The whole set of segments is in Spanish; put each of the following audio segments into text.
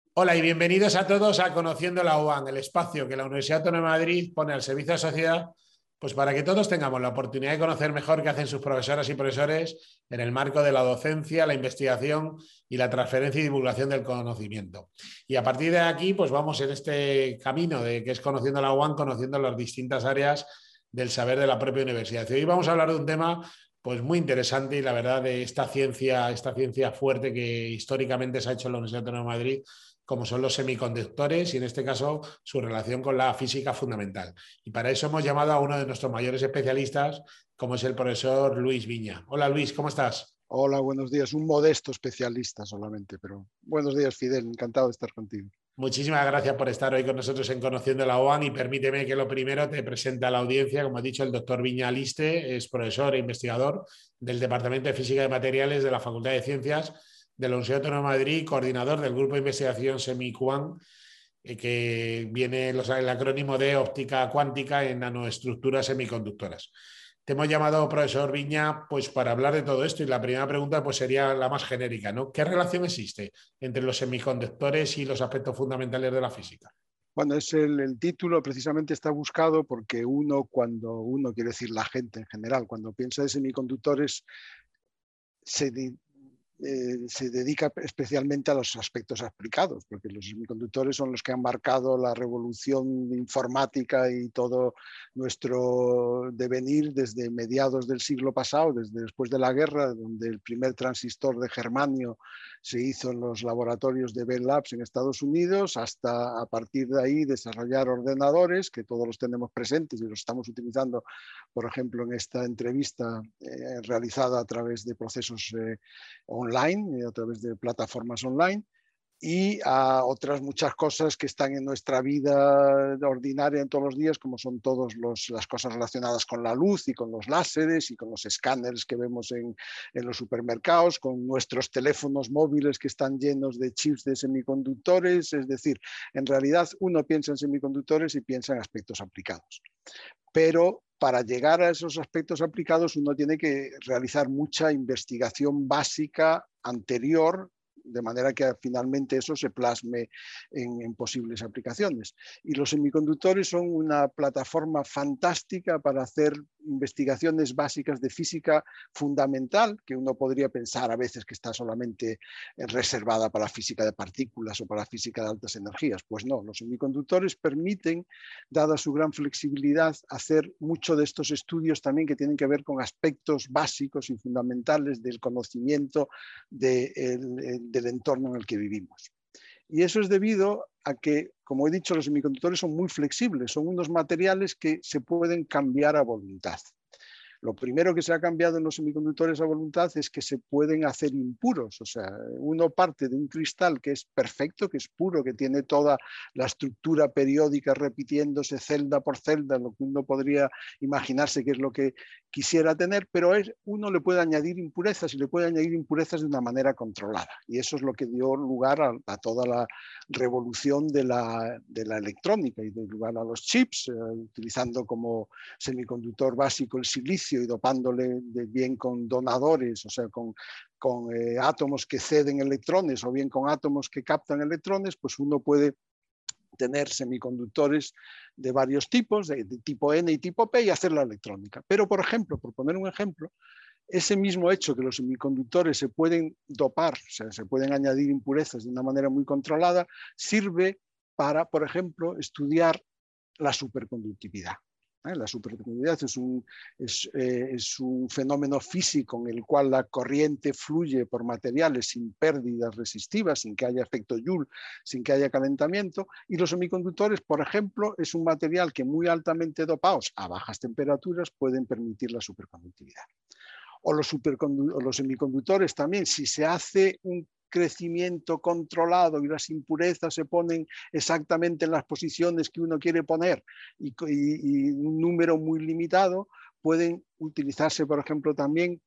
Hola y bienvenidos a todos a Conociendo la UAN, el espacio que la Universidad Autónoma de Madrid pone al servicio de la sociedad, pues para que todos tengamos la oportunidad de conocer mejor qué hacen sus profesoras y profesores en el marco de la docencia, la investigación y la transferencia y divulgación del conocimiento. Y a partir de aquí, pues vamos en este camino de que es Conociendo la UAN, conociendo las distintas áreas del saber de la propia universidad. Y hoy vamos a hablar de un tema pues muy interesante y la verdad de esta ciencia fuerte que históricamente se ha hecho en la Universidad Autónoma de Madrid, como son los semiconductores y en este caso su relación con la física fundamental. Y para eso hemos llamado a uno de nuestros mayores especialistas, como es el profesor Luis Viña. Hola Luis, ¿cómo estás? Hola, buenos días. Un modesto especialista solamente, pero buenos días, Fidel. Encantado de estar contigo. Muchísimas gracias por estar hoy con nosotros en Conociendo la UAN y permíteme que lo primero te presente a la audiencia. Como ha dicho, el doctor Viña Liste es profesor e investigador del Departamento de Física de Materiales de la Facultad de Ciencias de la Universidad Autónoma de Madrid, coordinador del Grupo de Investigación SEMICUAN, que viene el acrónimo de óptica cuántica en nanoestructuras semiconductoras. Te hemos llamado, profesor Viña, pues para hablar de todo esto y la primera pregunta pues sería la más genérica, ¿no? ¿Qué relación existe entre los semiconductores y los aspectos fundamentales de la física? Bueno, es el título precisamente está buscado porque cuando uno, quiere decir la gente en general, cuando piensa de semiconductores, se, se dedica especialmente a los aspectos aplicados, porque los semiconductores son los que han marcado la revolución informática y todo nuestro devenir desde mediados del siglo pasado, desde después de la guerra, donde el primer transistor de germanio se hizo en los laboratorios de Bell Labs en Estados Unidos, hasta a partir de ahí desarrollar ordenadores, que todos los tenemos presentes y los estamos utilizando, por ejemplo, en esta entrevista realizada a través de procesos online, a través de plataformas online, y a otras muchas cosas que están en nuestra vida ordinaria en todos los días, como son todas las cosas relacionadas con la luz y con los láseres y con los escáneres que vemos en los supermercados, con nuestros teléfonos móviles que están llenos de chips de semiconductores. Es decir, en realidad uno piensa en semiconductores y piensa en aspectos aplicados. Pero para llegar a esos aspectos aplicados uno tiene que realizar mucha investigación básica anterior, de manera que finalmente eso se plasme en posibles aplicaciones. Y los semiconductores son una plataforma fantástica para hacer investigaciones básicas de física fundamental, que uno podría pensar a veces que está solamente reservada para la física de partículas o para la física de altas energías. Pues no, los semiconductores permiten, dada su gran flexibilidad, hacer mucho de estos estudios también que tienen que ver con aspectos básicos y fundamentales del conocimiento del entorno en el que vivimos. Y eso es debido a que, como he dicho, los semiconductores son muy flexibles, son unos materiales que se pueden cambiar a voluntad. Lo primero que se ha cambiado en los semiconductores a voluntad es que se pueden hacer impuros. O sea, uno parte de un cristal que es perfecto, que es puro, que tiene toda la estructura periódica repitiéndose celda por celda, lo que uno podría imaginarse que es lo que quisiera tener, pero uno le puede añadir impurezas y le puede añadir impurezas de una manera controlada. Y eso es lo que dio lugar a toda la revolución de la electrónica y dio lugar a los chips, utilizando como semiconductor básico el silicio y dopándole bien con donadores, o sea, con átomos que ceden electrones o bien con átomos que captan electrones, pues uno puede tener semiconductores de varios tipos, de tipo N y tipo P, y hacer la electrónica. Pero, por ejemplo, por poner un ejemplo, ese mismo hecho que los semiconductores se pueden dopar, o sea, se pueden añadir impurezas de una manera muy controlada, sirve para, por ejemplo, estudiar la superconductividad. La superconductividad es un fenómeno físico en el cual la corriente fluye por materiales sin pérdidas resistivas, sin que haya efecto Joule, sin que haya calentamiento. Y los semiconductores, por ejemplo, es un material que muy altamente dopados a bajas temperaturas pueden permitir la superconductividad. O los semiconductores también, si se hace un crecimiento controlado y las impurezas se ponen exactamente en las posiciones que uno quiere poner y un número muy limitado, pueden utilizarse, por ejemplo, también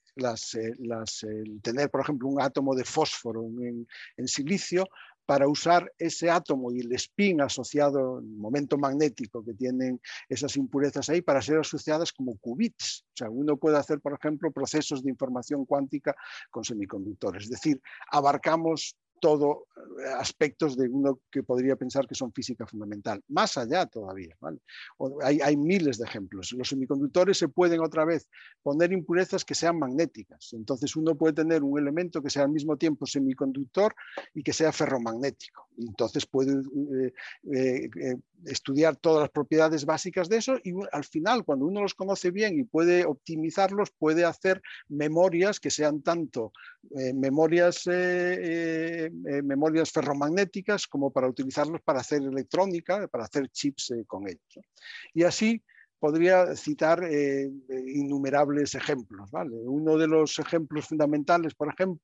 tener, por ejemplo, un átomo de fósforo en silicio para usar ese átomo y el spin asociado, el momento magnético que tienen esas impurezas ahí, para ser asociadas como qubits. O sea, uno puede hacer, por ejemplo, procesos de información cuántica con semiconductores. Es decir, abarcamos todo aspectos de uno que podría pensar que son física fundamental. Más allá todavía, ¿vale? Hay miles de ejemplos. Los semiconductores se pueden otra vez poner impurezas que sean magnéticas. Entonces uno puede tener un elemento que sea al mismo tiempo semiconductor y que sea ferromagnético. Entonces puede estudiar todas las propiedades básicas de eso y al final, cuando uno los conoce bien y puede optimizarlos, puede hacer memorias que sean tanto memorias ferromagnéticas como para utilizarlos para hacer electrónica, para hacer chips con ellos, ¿no? Y así podría citar innumerables ejemplos, ¿vale? Uno de los ejemplos fundamentales, por ejemplo,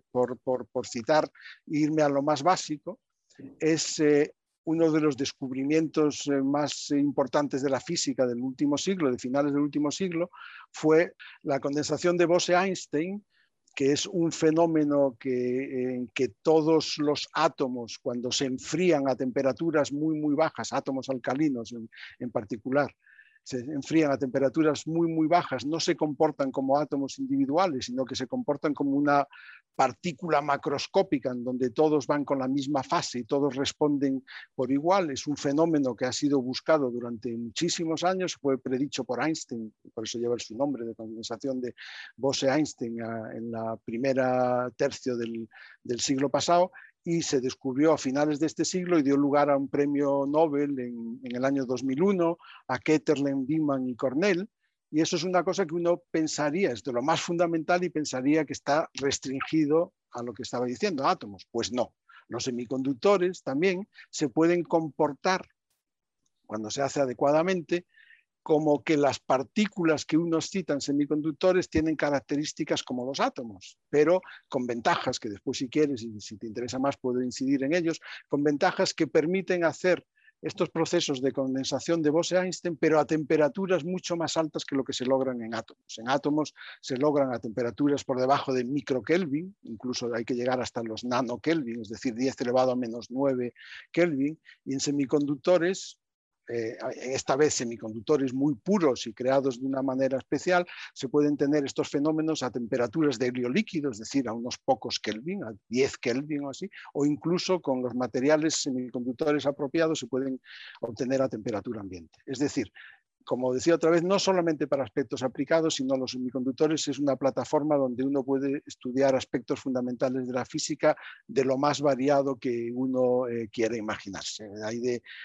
por citar, irme a lo más básico, es uno de los descubrimientos más importantes de la física del último siglo, de finales del último siglo, fue la condensación de Bose-Einstein, que es un fenómeno en que todos los átomos, cuando se enfrían a temperaturas muy, muy bajas, átomos alcalinos en particular, se enfrían a temperaturas muy, muy bajas, no se comportan como átomos individuales, sino que se comportan como una partícula macroscópica en donde todos van con la misma fase y todos responden por igual. Es un fenómeno que ha sido buscado durante muchísimos años, fue predicho por Einstein, por eso lleva su nombre de condensación de Bose-Einstein en la primera tercio del siglo pasado, y se descubrió a finales de este siglo y dio lugar a un premio Nobel en el año 2001 a Ketterle, Beeman y Cornell. Y eso es una cosa que uno pensaría, es de lo más fundamental y pensaría que está restringido a lo que estaba diciendo, átomos. Pues no, los semiconductores también se pueden comportar, cuando se hace adecuadamente, como que las partículas que unos citan semiconductores tienen características como los átomos, pero con ventajas que después, si quieres y si te interesa más, puedo incidir en ellos, con ventajas que permiten hacer estos procesos de condensación de Bose-Einstein, pero a temperaturas mucho más altas que lo que se logran en átomos. En átomos se logran a temperaturas por debajo de microkelvin, incluso hay que llegar hasta los nanokelvin, es decir, 10 elevado a menos 9 Kelvin, y en semiconductores, esta vez semiconductores muy puros y creados de una manera especial, se pueden tener estos fenómenos a temperaturas de helio líquido, es decir, a unos pocos Kelvin, a 10 Kelvin o así, o incluso con los materiales semiconductores apropiados se pueden obtener a temperatura ambiente. Es decir, como decía otra vez, no solamente para aspectos aplicados, sino los semiconductores es una plataforma donde uno puede estudiar aspectos fundamentales de la física de lo más variado que uno quiera imaginarse. Hay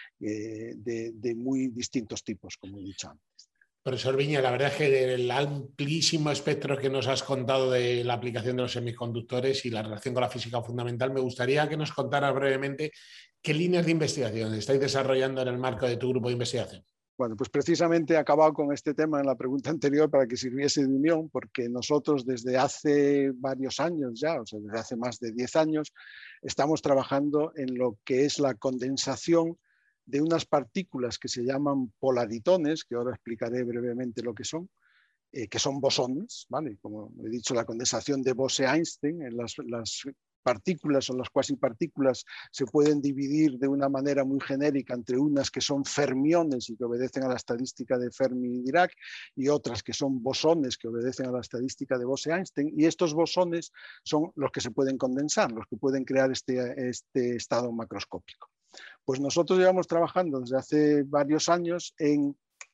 de muy distintos tipos, como he dicho antes. Profesor Viña, la verdad es que del amplísimo espectro que nos has contado de la aplicación de los semiconductores y la relación con la física fundamental, me gustaría que nos contaras brevemente qué líneas de investigación estáis desarrollando en el marco de tu grupo de investigación. Bueno, pues precisamente he acabado con este tema en la pregunta anterior para que sirviese de unión, porque nosotros desde hace varios años ya, o sea, desde hace más de 10 años, estamos trabajando en lo que es la condensación de unas partículas que se llaman polaritones, que ahora explicaré brevemente lo que son bosones, ¿vale? Como he dicho, la condensación de Bose-Einstein, las partículas o las cuasipartículas se pueden dividir de una manera muy genérica entre unas que son fermiones y que obedecen a la estadística de Fermi-Dirac y otras que son bosones que obedecen a la estadística de Bose-Einstein, y estos bosones son los que se pueden condensar, los que pueden crear este estado macroscópico. Pues nosotros llevamos trabajando desde hace varios años en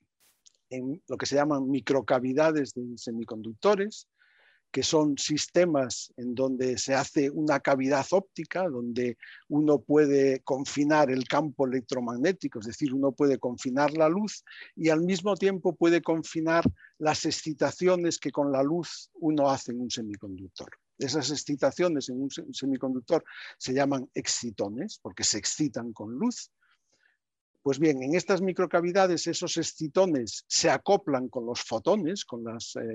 lo que se llaman microcavidades de semiconductores, que son sistemas en donde se hace una cavidad óptica, donde uno puede confinar el campo electromagnético, es decir, uno puede confinar la luz y al mismo tiempo puede confinar las excitaciones que con la luz uno hace en un semiconductor. Esas excitaciones en un semiconductor se llaman excitones porque se excitan con luz. Pues bien, en estas microcavidades esos excitones se acoplan con los fotones, con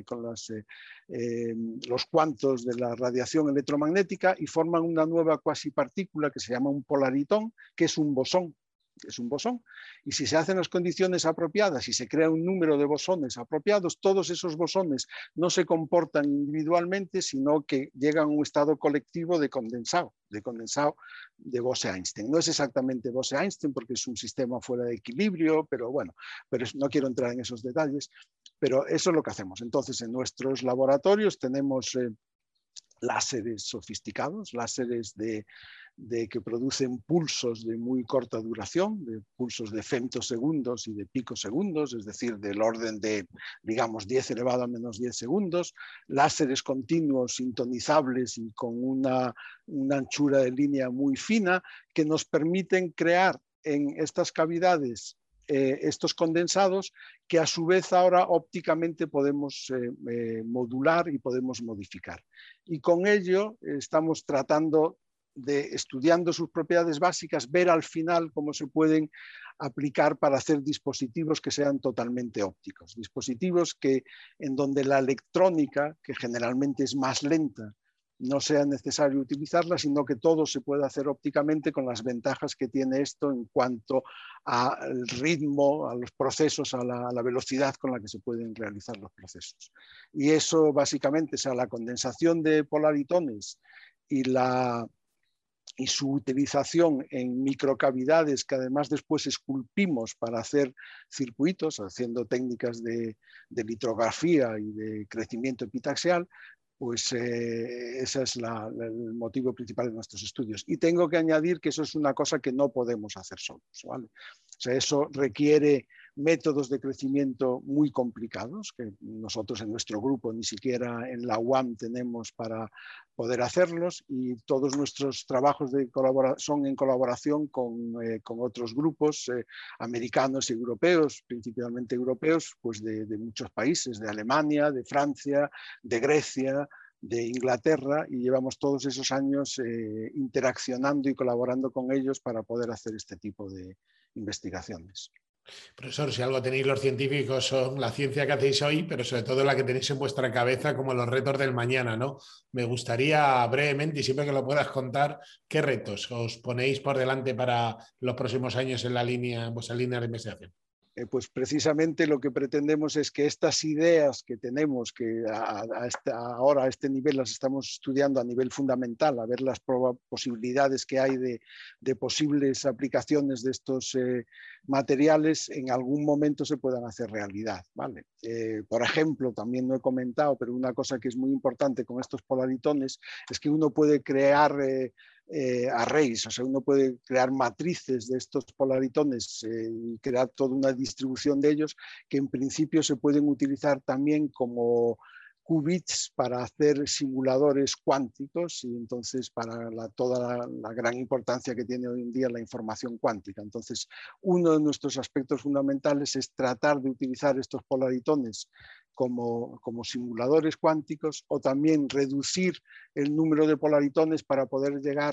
los cuantos de la radiación electromagnética y forman una nueva cuasipartícula que se llama un polaritón, que es un bosón. Es un bosón, y si se hacen las condiciones apropiadas y se crea un número de bosones apropiados, todos esos bosones no se comportan individualmente, sino que llegan a un estado colectivo de condensado de Bose-Einstein. No es exactamente Bose-Einstein porque es un sistema fuera de equilibrio, pero bueno, no quiero entrar en esos detalles, pero eso es lo que hacemos. Entonces, en nuestros laboratorios tenemos láseres sofisticados, láseres que producen pulsos de muy corta duración, de pulsos de femtosegundos y de picosegundos, es decir, del orden de, digamos, 10 elevado a menos 10 segundos, láseres continuos, sintonizables y con una anchura de línea muy fina, que nos permiten crear en estas cavidades estos condensados que a su vez ahora ópticamente podemos modular y podemos modificar. Y con ello estamos tratando de, estudiando sus propiedades básicas, ver al final cómo se pueden aplicar para hacer dispositivos que sean totalmente ópticos. Dispositivos que, en donde la electrónica, que generalmente es más lenta, no sea necesario utilizarla, sino que todo se puede hacer ópticamente, con las ventajas que tiene esto en cuanto al ritmo, a los procesos, a la velocidad con la que se pueden realizar los procesos. Y eso básicamente, o sea, la condensación de polaritones y su utilización en microcavidades que además después esculpimos para hacer circuitos, haciendo técnicas de litografía y de crecimiento epitaxial, pues ese es el motivo principal de nuestros estudios. Y tengo que añadir que eso es una cosa que no podemos hacer solos, ¿vale? O sea, eso requiere métodos de crecimiento muy complicados, que nosotros en nuestro grupo ni siquiera en la UAM tenemos para poder hacerlos, y todos nuestros trabajos son en colaboración con otros grupos americanos y europeos, principalmente europeos, pues de muchos países, de Alemania, de Francia, de Grecia, de Inglaterra, y llevamos todos esos años interaccionando y colaborando con ellos para poder hacer este tipo de investigaciones. Profesor, si algo tenéis los científicos son la ciencia que hacéis hoy, pero sobre todo la que tenéis en vuestra cabeza como los retos del mañana, ¿no? Me gustaría brevemente, y siempre que lo puedas contar, ¿qué retos os ponéis por delante para los próximos años en vuestra línea de investigación? Pues precisamente lo que pretendemos es que estas ideas que tenemos, que ahora a este nivel las estamos estudiando a nivel fundamental, a ver las posibilidades que hay de posibles aplicaciones de estos materiales, en algún momento se puedan hacer realidad, ¿vale? Por ejemplo, también no he comentado, pero una cosa que es muy importante con estos polaritones es que uno puede crear arrays, o sea, uno puede crear matrices de estos polaritones y crear toda una distribución de ellos que en principio se pueden utilizar también como qubits para hacer simuladores cuánticos, y entonces para toda la gran importancia que tiene hoy en día la información cuántica. Entonces, uno de nuestros aspectos fundamentales es tratar de utilizar estos polaritones como simuladores cuánticos, o también reducir el número de polaritones para poder llegar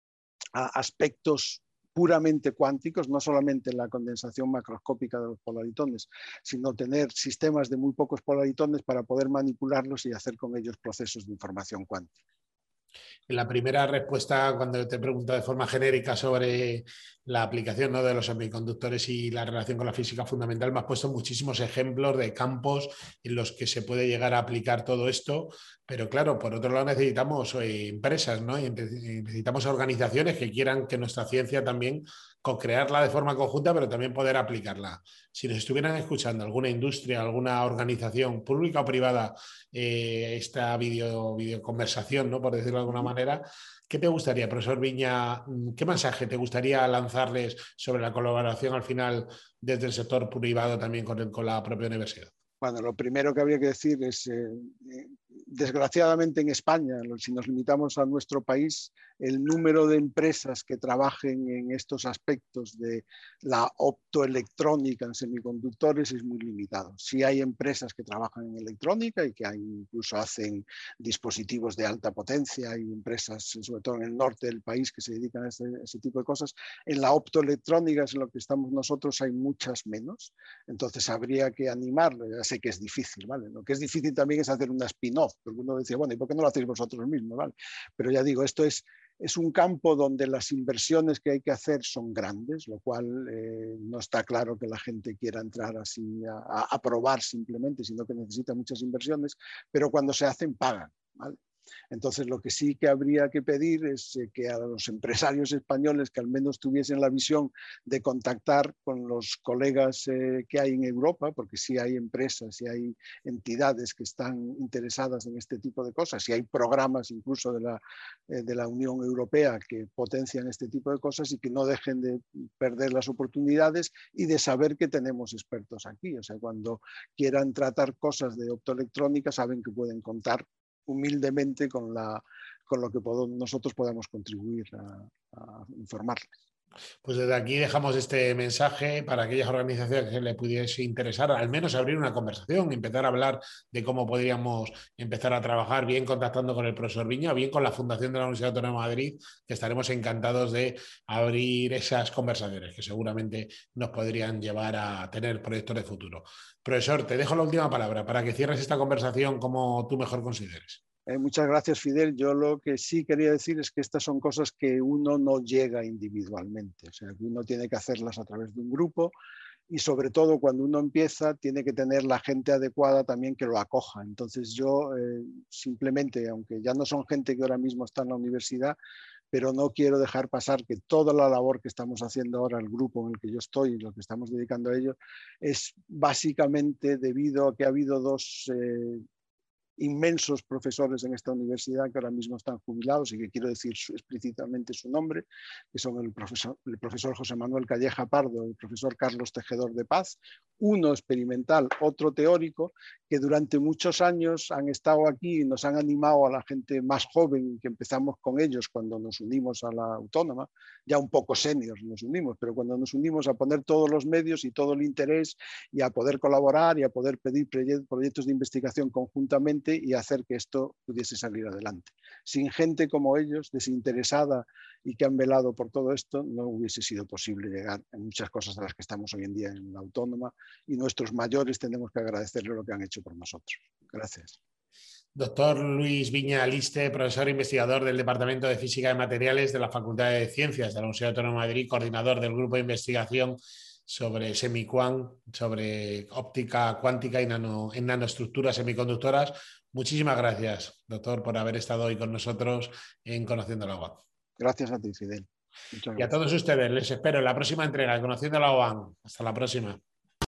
a aspectos puramente cuánticos, no solamente la condensación macroscópica de los polaritones, sino tener sistemas de muy pocos polaritones para poder manipularlos y hacer con ellos procesos de información cuántica. En la primera respuesta, cuando te pregunto de forma genérica sobre la aplicación, ¿no?, de los semiconductores y la relación con la física fundamental, me has puesto muchísimos ejemplos de campos en los que se puede llegar a aplicar todo esto, pero claro, por otro lado necesitamos empresas, ¿no? Y necesitamos organizaciones que quieran que nuestra ciencia también co-crearla de forma conjunta, pero también poder aplicarla. Si nos estuvieran escuchando alguna industria, alguna organización pública o privada, esta videoconversación, ¿no?, por decirlo de alguna manera, ¿qué te gustaría, profesor Viña, qué mensaje te gustaría lanzarles sobre la colaboración al final desde el sector privado también con la propia universidad? Bueno, lo primero que habría que decir es, desgraciadamente en España, si nos limitamos a nuestro país, el número de empresas que trabajen en estos aspectos de la optoelectrónica en semiconductores es muy limitado. Sí hay empresas que trabajan en electrónica y que incluso hacen dispositivos de alta potencia, hay empresas, sobre todo en el norte del país, que se dedican a ese tipo de cosas. En la optoelectrónica, es en lo que estamos nosotros, hay muchas menos. Entonces habría que animarlo. Ya sé que es difícil, ¿vale? Lo que es difícil también es hacer una spin-off, porque uno decía, bueno, ¿y por qué no lo hacéis vosotros mismos, ¿vale? Pero ya digo, esto es un campo donde las inversiones que hay que hacer son grandes, lo cual no está claro que la gente quiera entrar así a probar simplemente, sino que necesita muchas inversiones, pero cuando se hacen pagan, ¿vale? Entonces, lo que sí que habría que pedir es que a los empresarios españoles que al menos tuviesen la visión de contactar con los colegas que hay en Europa, porque sí hay empresas, sí hay entidades que están interesadas en este tipo de cosas, y hay programas incluso de la Unión Europea que potencian este tipo de cosas, y que no dejen de perder las oportunidades y de saber que tenemos expertos aquí. O sea, cuando quieran tratar cosas de optoelectrónica, saben que pueden contar humildemente con lo que nosotros podamos contribuir a informarles. Pues desde aquí dejamos este mensaje para aquellas organizaciones que le pudiese interesar, al menos abrir una conversación, empezar a hablar de cómo podríamos empezar a trabajar, bien contactando con el profesor Viña, bien con la Fundación de la Universidad Autónoma de Madrid, que estaremos encantados de abrir esas conversaciones que seguramente nos podrían llevar a tener proyectos de futuro. Profesor, te dejo la última palabra para que cierres esta conversación como tú mejor consideres. Muchas gracias, Fidel. Yo lo que sí quería decir es que estas son cosas que uno no llega individualmente, o sea, que uno tiene que hacerlas a través de un grupo, y sobre todo cuando uno empieza tiene que tener la gente adecuada también que lo acoja. Entonces yo simplemente, aunque ya no son gente que ahora mismo está en la universidad, pero no quiero dejar pasar que toda la labor que estamos haciendo ahora, el grupo en el que yo estoy y lo que estamos dedicando a ello, es básicamente debido a que ha habido dos inmensos profesores en esta universidad que ahora mismo están jubilados y que quiero decir explícitamente su nombre, que son el profesor José Manuel Calleja Pardo y el profesor Carlos Tejedor de Paz, uno experimental, otro teórico, que durante muchos años han estado aquí y nos han animado a la gente más joven, que empezamos con ellos cuando nos unimos a la Autónoma, ya un poco seniors nos unimos, pero cuando nos unimos a poner todos los medios y todo el interés y a poder colaborar y a poder pedir proyectos de investigación conjuntamente y hacer que esto pudiese salir adelante. Sin gente como ellos, desinteresada y que han velado por todo esto, no hubiese sido posible llegar a muchas cosas de las que estamos hoy en día en la Autónoma, y nuestros mayores tenemos que agradecerle lo que han hecho por nosotros. Gracias. Doctor Luis Viña Aliste, profesor investigador del Departamento de Física de Materiales de la Facultad de Ciencias de la Universidad Autónoma de Madrid, coordinador del grupo de investigación sobre semiquant, sobre óptica cuántica y en nanoestructuras semiconductoras. Muchísimas gracias, doctor, por haber estado hoy con nosotros en Conociendo la UAM. Gracias a ti, Fidel. Muchas Y a gracias. todos ustedes, les espero en la próxima entrega de Conociendo la UAM. Hasta la próxima.